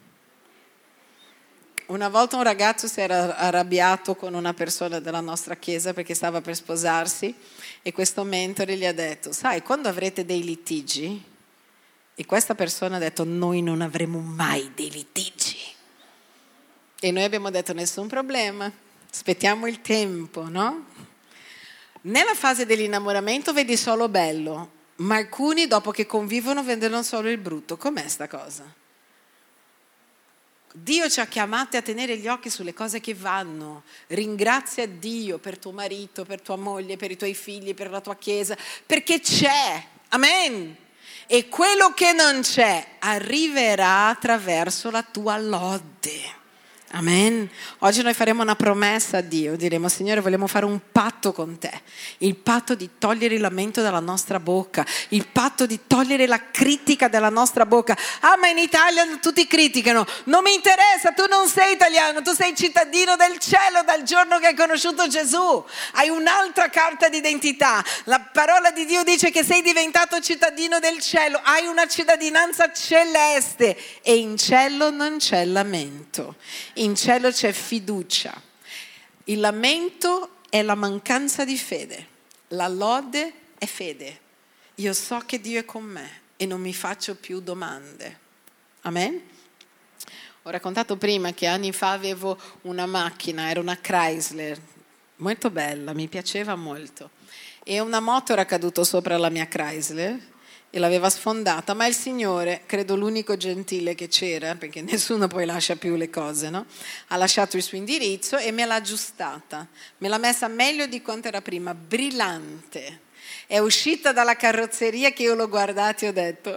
Speaker 2: una volta un ragazzo si era arrabbiato con una persona della nostra chiesa perché stava per sposarsi, e questo mentore gli ha detto: sai, quando avrete dei litigi, e questa persona ha detto: noi non avremo mai dei litigi. E noi abbiamo detto: nessun problema, Aspettiamo il tempo, no? Nella fase dell'innamoramento vedi solo bello, ma alcuni dopo che convivono vedono solo il brutto. Com'è sta cosa? Dio ci ha chiamati a tenere gli occhi sulle cose che vanno. Ringrazia Dio per tuo marito, per tua moglie, per i tuoi figli, per la tua chiesa, perché c'è. Amen. E quello che non c'è arriverà attraverso la tua lode. Amen. Oggi noi faremo una promessa a Dio, diremo: Signore, vogliamo fare un patto con te, il patto di togliere il lamento dalla nostra bocca, il patto di togliere la critica dalla nostra bocca. Ah, ma in Italia tutti criticano. Non mi interessa, tu non sei italiano, tu sei cittadino del cielo dal giorno che hai conosciuto Gesù, hai un'altra carta d'identità. La parola di Dio dice che sei diventato cittadino del cielo, hai una cittadinanza celeste e in cielo non c'è lamento. In cielo c'è fiducia. Il lamento è la mancanza di fede. La lode è fede. Io so che Dio è con me e non mi faccio più domande. Amen? Ho raccontato prima che anni fa avevo una macchina, era una Chrysler, molto bella, mi piaceva molto. E una moto era caduta sopra la mia Chrysler e l'aveva sfondata, ma il Signore, credo l'unico gentile che c'era, perché nessuno poi lascia più le cose, no? Ha lasciato il suo indirizzo e me l'ha aggiustata, me l'ha messa meglio di quanto era prima, brillante. È uscita dalla carrozzeria che io l'ho guardata e ho detto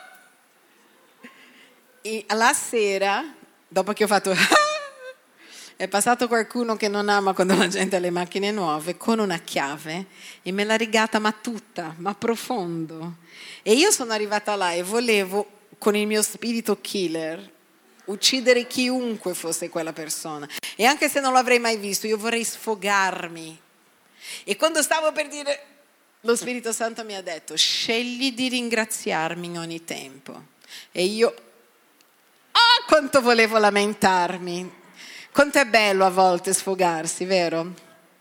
Speaker 2: ah! E la sera, dopo che ho fatto ah! È passato qualcuno che non ama quando la gente ha le macchine nuove con una chiave e me l'ha rigata ma tutta, ma profondo. E io sono arrivata là e volevo, con il mio spirito killer, uccidere chiunque fosse quella persona. E anche se non l'avrei mai visto, io vorrei sfogarmi. E quando stavo per dire, lo Spirito Santo mi ha detto: scegli di ringraziarmi in ogni tempo. E io, ah, quanto volevo lamentarmi. Quanto è bello a volte sfogarsi, vero?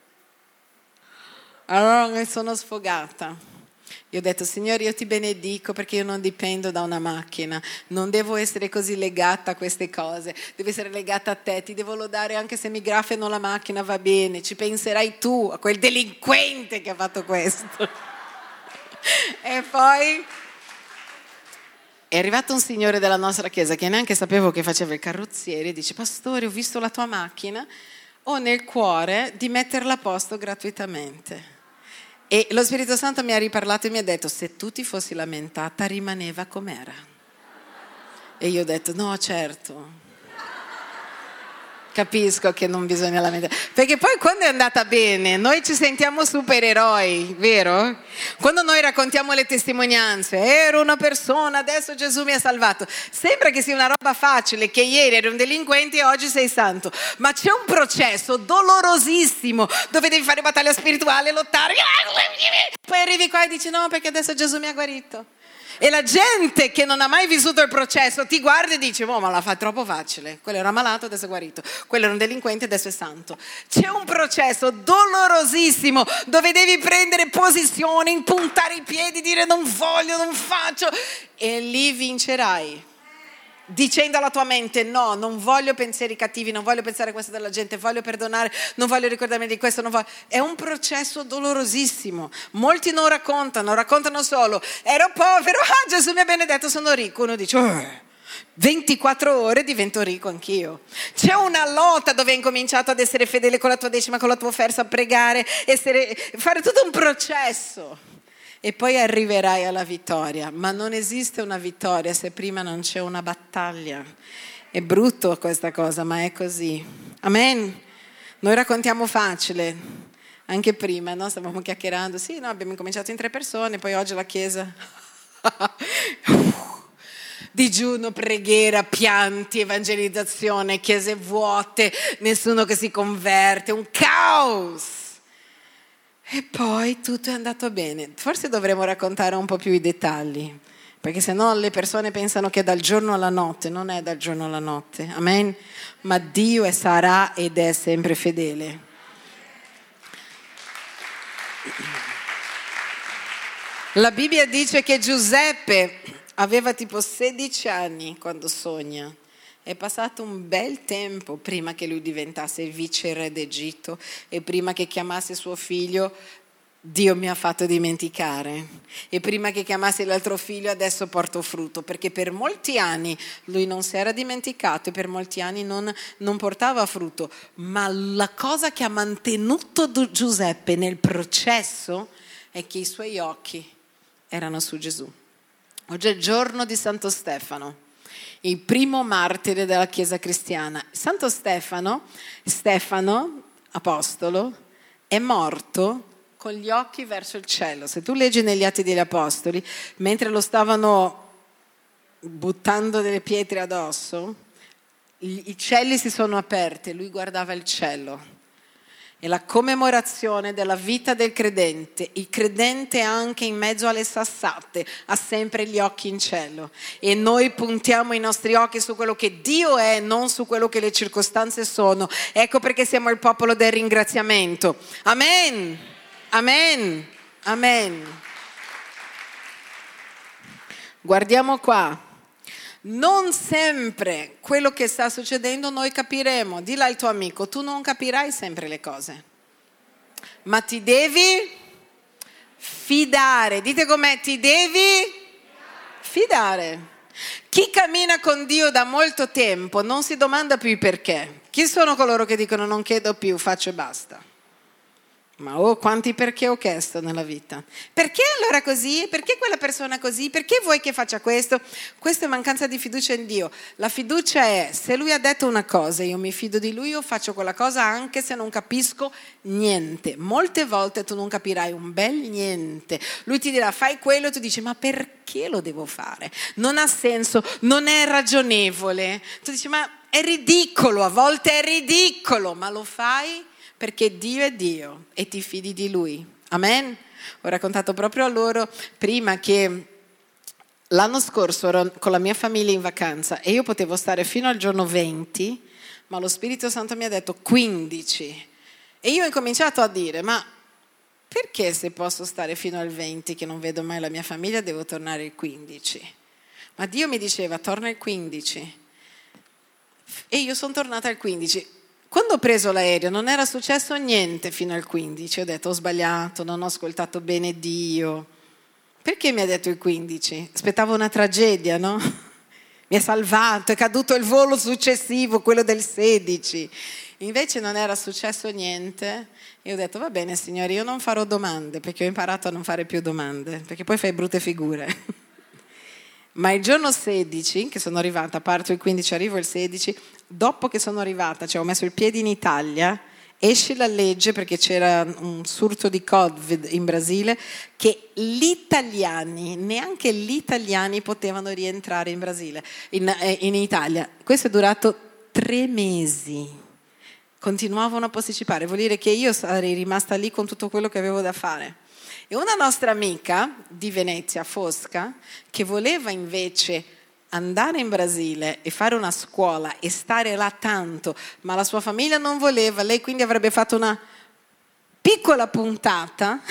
Speaker 2: Allora mi sono sfogata. Io ho detto: Signore, io ti benedico perché io non dipendo da una macchina, non devo essere così legata a queste cose, devo essere legata a te, ti devo lodare anche se mi graffiano la macchina, va bene, ci penserai tu a quel delinquente che ha fatto questo. E poi è arrivato un signore della nostra chiesa che neanche sapevo che faceva il carrozziere e dice: pastore, ho visto la tua macchina, ho nel cuore di metterla a posto gratuitamente. E lo Spirito Santo mi ha riparlato e mi ha detto: se tu ti fossi lamentata rimaneva com'era. E io ho detto: no, certo, capisco che non bisogna lamentare, perché poi quando è andata bene noi ci sentiamo supereroi, vero? Quando noi raccontiamo le testimonianze, ero una persona, adesso Gesù mi ha salvato, sembra che sia una roba facile, che ieri eri un delinquente e oggi sei santo, ma c'è un processo dolorosissimo dove devi fare battaglia spirituale, lottare, poi arrivi qua e dici: no, perché adesso Gesù mi ha guarito. E la gente che non ha mai vissuto il processo ti guarda e dice: oh, ma la fa troppo facile, quello era malato, adesso è guarito, quello era un delinquente, adesso è santo. C'è un processo dolorosissimo dove devi prendere posizione, impuntare i piedi, dire non voglio, non faccio, e lì vincerai. Dicendo alla tua mente: no, non voglio pensieri cattivi, non voglio pensare a questo della gente, voglio perdonare, non voglio ricordarmi di questo, non voglio. È un processo dolorosissimo. Molti non raccontano, raccontano solo: ero povero, ah, Gesù mi ha benedetto, sono ricco. Uno dice: oh, ventiquattro ore divento ricco anch'io. C'è una lotta dove hai incominciato ad essere fedele con la tua decima, con la tua offerta, a pregare, essere, fare tutto un processo. E poi arriverai alla vittoria, ma non esiste una vittoria se prima non c'è una battaglia. È brutto questa cosa, ma è così. Amen. Noi raccontiamo facile, anche prima, no? Stavamo chiacchierando, sì, no, abbiamo cominciato in tre persone, poi oggi la chiesa, digiuno, preghiera, pianti, evangelizzazione, chiese vuote, nessuno che si converte, un caos. E poi tutto è andato bene. Forse dovremmo raccontare un po' più i dettagli, perché sennò le persone pensano che è dal giorno alla notte. Non è dal giorno alla notte, amen? Ma Dio è, sarà ed è sempre fedele. La Bibbia dice che Giuseppe aveva tipo sedici anni quando sogna È passato un bel tempo prima che lui diventasse vice re d'Egitto e prima che chiamasse suo figlio Dio mi ha fatto dimenticare, e prima che chiamasse l'altro figlio adesso porto frutto, perché per molti anni lui non si era dimenticato e per molti anni non, non portava frutto, ma la cosa che ha mantenuto Giuseppe nel processo è che i suoi occhi erano su Gesù. Oggi è il giorno di Santo Stefano, il primo martire della Chiesa cristiana. Santo Stefano, Stefano, apostolo, è morto con gli occhi verso il cielo. Se tu leggi negli Atti degli Apostoli, mentre lo stavano buttando delle pietre addosso, i cieli si sono aperti e lui guardava il cielo. È la commemorazione della vita del credente. Il credente anche in mezzo alle sassate ha sempre gli occhi in cielo, e noi puntiamo i nostri occhi su quello che Dio è, non su quello che le circostanze sono. Ecco perché siamo il popolo del ringraziamento. Amen. Amen, amen. Guardiamo qua. Non sempre quello che sta succedendo noi capiremo. Dillo al tuo amico, tu non capirai sempre le cose, ma ti devi fidare. Dite com'è, ti devi fidare. Chi cammina con Dio da molto tempo non si domanda più perché. Chi sono coloro che dicono non chiedo più, faccio e basta? Ma oh, quanti perché ho chiesto nella vita. Perché allora così? Perché quella persona così? Perché vuoi che faccia questo? Questa è mancanza di fiducia in Dio. La fiducia è, se Lui ha detto una cosa, io mi fido di Lui, io faccio quella cosa anche se non capisco niente. Molte volte tu non capirai un bel niente. Lui ti dirà fai quello e tu dici ma perché lo devo fare? Non ha senso, non è ragionevole. Tu dici ma è ridicolo, a volte è ridicolo, ma lo fai perché Dio è Dio e ti fidi di Lui. Amen? Ho raccontato proprio a loro prima che l'anno scorso ero con la mia famiglia in vacanza e io potevo stare fino al giorno venti, ma lo Spirito Santo mi ha detto quindici. E io ho incominciato a dire, ma perché se posso stare fino al venti che non vedo mai la mia famiglia devo tornare il quindici? Ma Dio mi diceva torna il quindici. E io sono tornata il quindici. Quando ho preso l'aereo non era successo niente fino al quindici, ho detto ho sbagliato, non ho ascoltato bene Dio. Perché mi ha detto il quindici? Aspettavo una tragedia, no? Mi ha salvato, è caduto il volo successivo, quello del sedici. Invece non era successo niente e ho detto va bene signori, io non farò domande perché ho imparato a non fare più domande, perché poi fai brutte figure. Ma il giorno sedici, che sono arrivata, parto il quindici, arrivo il sedici, dopo che sono arrivata, cioè ho messo il piede in Italia, esce la legge, perché c'era un surto di Covid in Brasile, che gli italiani, neanche gli italiani potevano rientrare in Brasile, in, in Italia. Questo è durato tre mesi. Continuavano a posticipare, vuol dire che io sarei rimasta lì con tutto quello che avevo da fare. E una nostra amica di Venezia, Fosca, che voleva invece andare in Brasile e fare una scuola e stare là tanto, ma la sua famiglia non voleva, lei quindi avrebbe fatto una piccola puntata.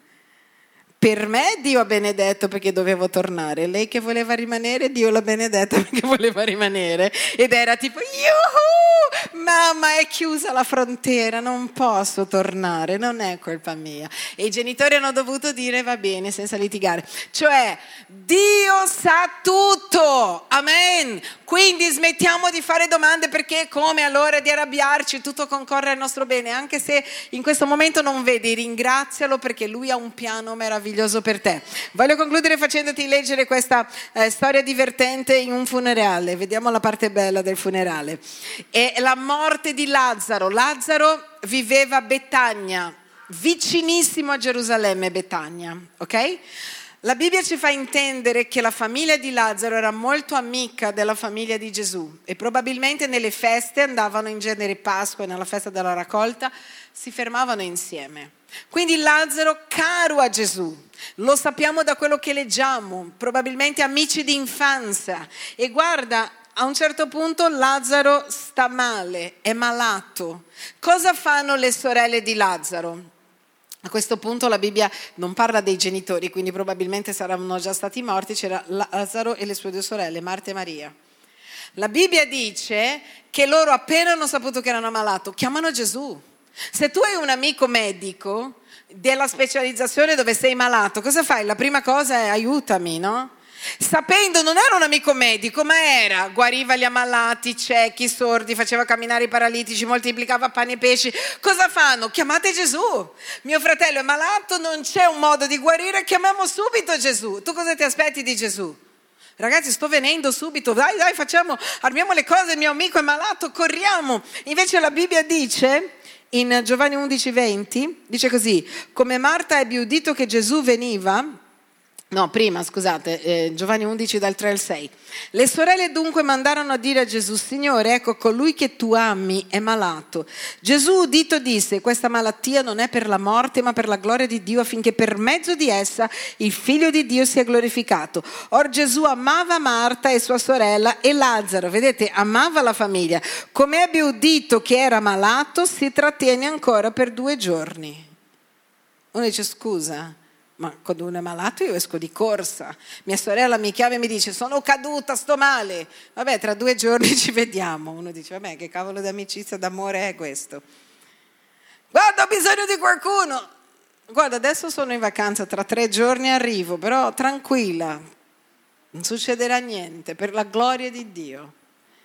Speaker 2: Per me Dio ha benedetto perché dovevo tornare, lei che voleva rimanere Dio l'ha benedetta perché voleva rimanere ed era tipo yuhu, mamma è chiusa la frontiera, non posso tornare, non è colpa mia. E i genitori hanno dovuto dire va bene senza litigare, cioè Dio sa tutto, amen. Quindi smettiamo di fare domande perché come allora di arrabbiarci, tutto concorre al nostro bene, anche se in questo momento non vedi, ringrazialo perché Lui ha un piano meraviglioso per te. Voglio concludere facendoti leggere questa eh, storia divertente in un funerale, vediamo la parte bella del funerale. È la morte di Lazzaro. Lazzaro viveva a Betania, vicinissimo a Gerusalemme, Betania, ok? La Bibbia ci fa intendere che la famiglia di Lazzaro era molto amica della famiglia di Gesù e probabilmente nelle feste andavano in genere Pasqua e nella festa della raccolta si fermavano insieme. Quindi Lazzaro caro a Gesù, lo sappiamo da quello che leggiamo, probabilmente amici di infanzia. E guarda, a un certo punto Lazzaro sta male, è malato. Cosa fanno le sorelle di Lazzaro? A questo punto la Bibbia non parla dei genitori, quindi probabilmente saranno già stati morti, c'era Lazzaro e le sue due sorelle, Marta e Maria. La Bibbia dice che loro appena hanno saputo che erano malato, chiamano Gesù. Se tu hai un amico medico della specializzazione dove sei malato, cosa fai? La prima cosa è aiutami, no? Sapendo, non era un amico medico, ma era, guariva gli ammalati, ciechi, sordi, faceva camminare i paralitici, moltiplicava pani e pesci. Cosa fanno? Chiamate Gesù. Mio fratello è malato, non c'è un modo di guarire, chiamiamo subito Gesù. Tu cosa ti aspetti di Gesù? Ragazzi, sto venendo subito, dai, dai, facciamo, armiamo le cose, il mio amico è malato, corriamo. Invece la Bibbia dice, in Giovanni undici venti, dice così: come Marta ebbe udito che Gesù veniva, no, prima, scusate, eh, Giovanni undici dal tre al sei. Le sorelle dunque mandarono a dire a Gesù: Signore, ecco, colui che tu ami è malato. Gesù udito disse: questa malattia non è per la morte, ma per la gloria di Dio, affinché per mezzo di essa il Figlio di Dio sia glorificato. Or Gesù amava Marta e sua sorella e Lazzaro, vedete, amava la famiglia. Come ebbe udito che era malato, si trattiene ancora per due giorni. Uno dice: scusa, ma quando uno è malato io esco di corsa, mia sorella mi chiama e mi dice: sono caduta, sto male, vabbè, tra due giorni ci vediamo. Uno dice: vabbè, che cavolo di amicizia, d'amore è questo? Guarda, ho bisogno di qualcuno. Guarda, adesso sono in vacanza, tra tre giorni arrivo, però tranquilla, non succederà niente, per la gloria di Dio.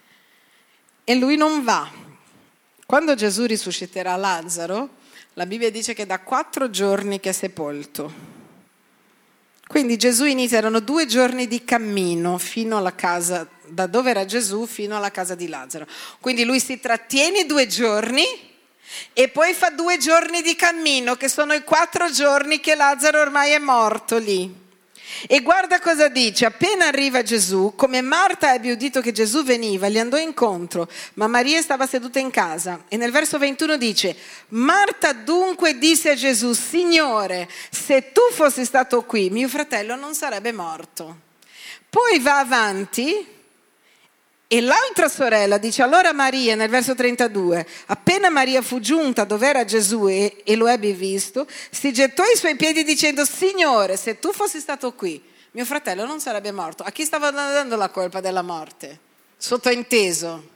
Speaker 2: E lui non va. Quando Gesù risusciterà Lazzaro, la Bibbia dice che da quattro giorni che è sepolto. Quindi Gesù inizia, erano due giorni di cammino fino alla casa, da dove era Gesù fino alla casa di Lazzaro. Quindi lui si trattiene due giorni e poi fa due giorni di cammino, che sono i quattro giorni che Lazzaro ormai è morto lì. E guarda cosa dice: appena arriva Gesù, come Marta ebbe udito che Gesù veniva, gli andò incontro, ma Maria stava seduta in casa. E nel verso ventuno dice: Marta dunque disse a Gesù: Signore, se tu fossi stato qui, mio fratello non sarebbe morto. Poi va avanti e l'altra sorella dice: allora Maria, nel verso trentadue, appena Maria fu giunta dove era Gesù e, e lo ebbe visto, si gettò ai suoi piedi dicendo: Signore, se tu fossi stato qui, mio fratello non sarebbe morto. A chi stava dando la colpa della morte? Sottointeso: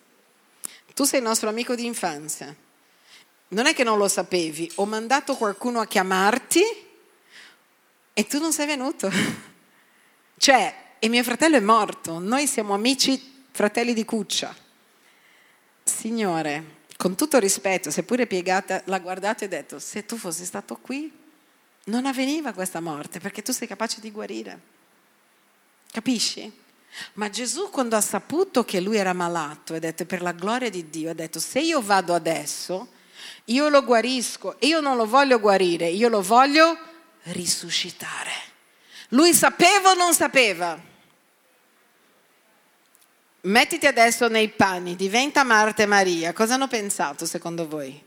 Speaker 2: tu sei il nostro amico di infanzia, non è che non lo sapevi, ho mandato qualcuno a chiamarti e tu non sei venuto. Cioè, e mio fratello è morto, noi siamo amici, fratelli di cuccia. Signore, con tutto rispetto, seppure piegata, l'ha guardato e ha detto: se tu fossi stato qui non avveniva questa morte, perché tu sei capace di guarire. Capisci? Ma Gesù, quando ha saputo che lui era malato, ha detto: per la gloria di Dio, ha detto: se io vado adesso io lo guarisco, e io non lo voglio guarire, io lo voglio risuscitare. Lui sapeva o non sapeva? Mettiti adesso nei panni, diventa Marta e Maria. Cosa hanno pensato secondo voi?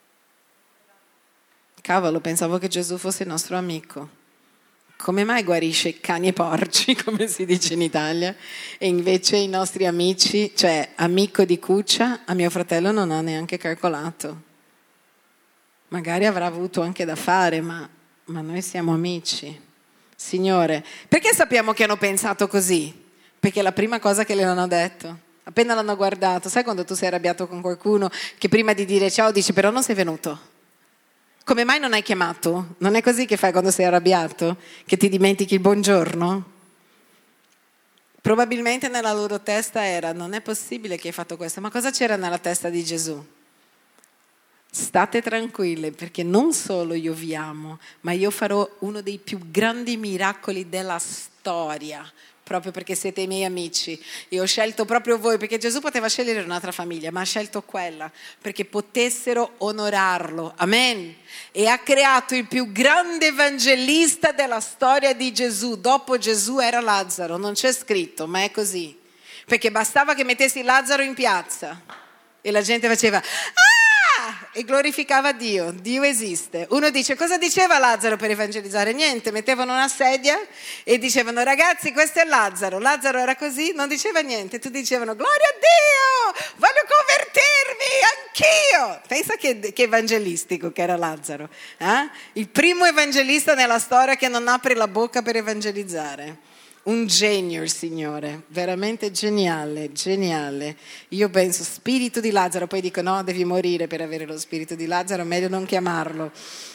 Speaker 2: Cavolo, pensavo che Gesù fosse il nostro amico. Come mai guarisce cani e porci, come si dice in Italia? E invece i nostri amici, cioè amico di cuccia, a mio fratello non ha neanche calcolato. Magari avrà avuto anche da fare, ma, ma noi siamo amici. Signore, perché sappiamo che hanno pensato così? Perché è la prima cosa che le hanno detto, appena l'hanno guardato. Sai quando tu sei arrabbiato con qualcuno che prima di dire ciao dici: però non sei venuto? Come mai non hai chiamato? Non è così che fai quando sei arrabbiato? Che ti dimentichi il buongiorno? Probabilmente nella loro testa era: non è possibile che hai fatto questo. Ma cosa c'era nella testa di Gesù? State tranquille, perché non solo io vi amo, ma io farò uno dei più grandi miracoli della storia, proprio perché siete i miei amici. Io ho scelto proprio voi, perché Gesù poteva scegliere un'altra famiglia, ma ha scelto quella perché potessero onorarlo. Amen. E ha creato il più grande evangelista della storia di Gesù. Dopo Gesù era Lazzaro, non c'è scritto, ma è così, perché bastava che mettessi Lazzaro in piazza e la gente faceva ah! E glorificava Dio. Dio esiste. Uno dice: cosa diceva Lazzaro per evangelizzare? Niente, mettevano una sedia e dicevano: ragazzi, questo è Lazzaro. Lazzaro era così, non diceva niente. Tu dicevano: gloria a Dio, voglio convertirmi anch'io. Pensa che, che evangelistico che era Lazzaro, eh? Il primo evangelista nella storia che non apre la bocca per evangelizzare. Un genio il Signore, veramente geniale, geniale. Io penso spirito di Lazzaro, poi dico no, devi morire per avere lo spirito di Lazzaro, meglio non chiamarlo.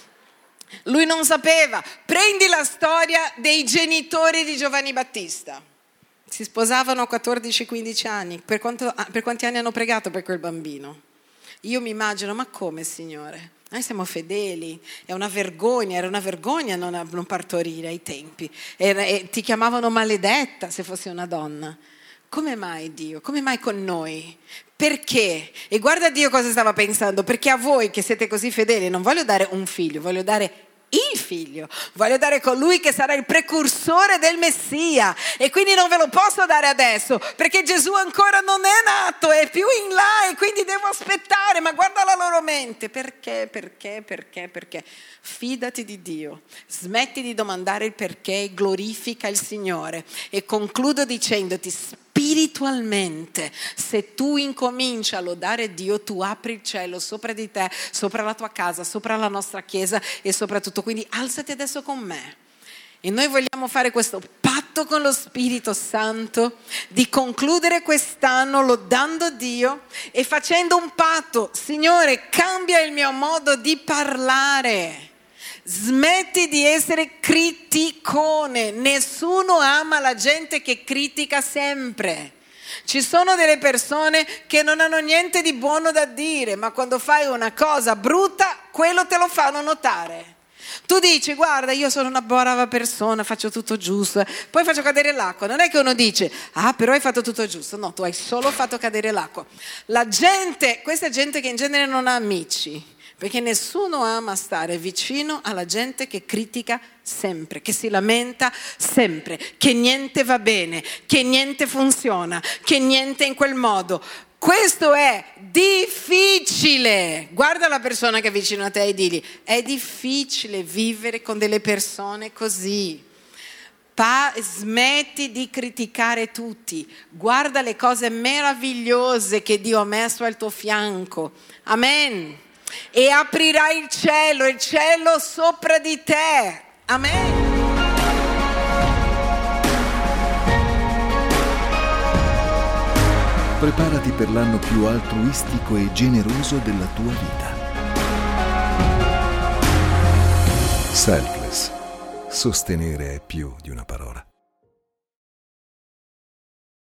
Speaker 2: Lui non sapeva. Prendi la storia dei genitori di Giovanni Battista. Si sposavano a quattordici quindici anni. Per, quanto, per quanti anni hanno pregato per quel bambino? Io mi immagino, ma come, Signore? Noi siamo fedeli, è una vergogna, era una vergogna non, non partorire ai tempi. Era, e ti chiamavano maledetta se fossi una donna. Come mai Dio? Come mai con noi? Perché? E guarda Dio cosa stava pensando, perché a voi che siete così fedeli non voglio dare un figlio, voglio dare il figlio, voglio dare colui che sarà il precursore del Messia e quindi non ve lo posso dare adesso perché Gesù ancora non è nato, è più in là e quindi devo aspettare. Ma guarda la loro mente, perché, perché, perché, perché? Fidati di Dio, smetti di domandare il perché, glorifica il Signore. E concludo dicendoti, spiritualmente, se tu incominci a lodare Dio, tu apri il cielo sopra di te, sopra la tua casa, sopra la nostra chiesa e soprattutto. Quindi alzati adesso con me. E noi vogliamo fare questo patto con lo Spirito Santo di concludere quest'anno lodando Dio e facendo un patto. Signore, cambia il mio modo di parlare. Smetti di essere criticone. Nessuno ama la gente che critica sempre. Ci sono delle persone che non hanno niente di buono da dire, ma quando fai una cosa brutta, quello te lo fanno notare. Tu dici, guarda, io sono una brava persona, faccio tutto giusto, poi faccio cadere l'acqua. Non è che uno dice, ah, però hai fatto tutto giusto. No, tu hai solo fatto cadere l'acqua. La gente, questa è gente che in genere non ha amici, perché nessuno ama stare vicino alla gente che critica sempre, che si lamenta sempre, che niente va bene, che niente funziona, che niente è in quel modo. Questo è difficile. Guarda la persona che è vicino a te e digli, è difficile vivere con delle persone così. Pa- smetti di criticare tutti. Guarda le cose meravigliose che Dio ha messo al tuo fianco. Amen. E aprirai il cielo, il cielo sopra di te. Amen.
Speaker 1: Preparati per l'anno più altruistico e generoso della tua vita. Selfless. Sostenere è più di una parola.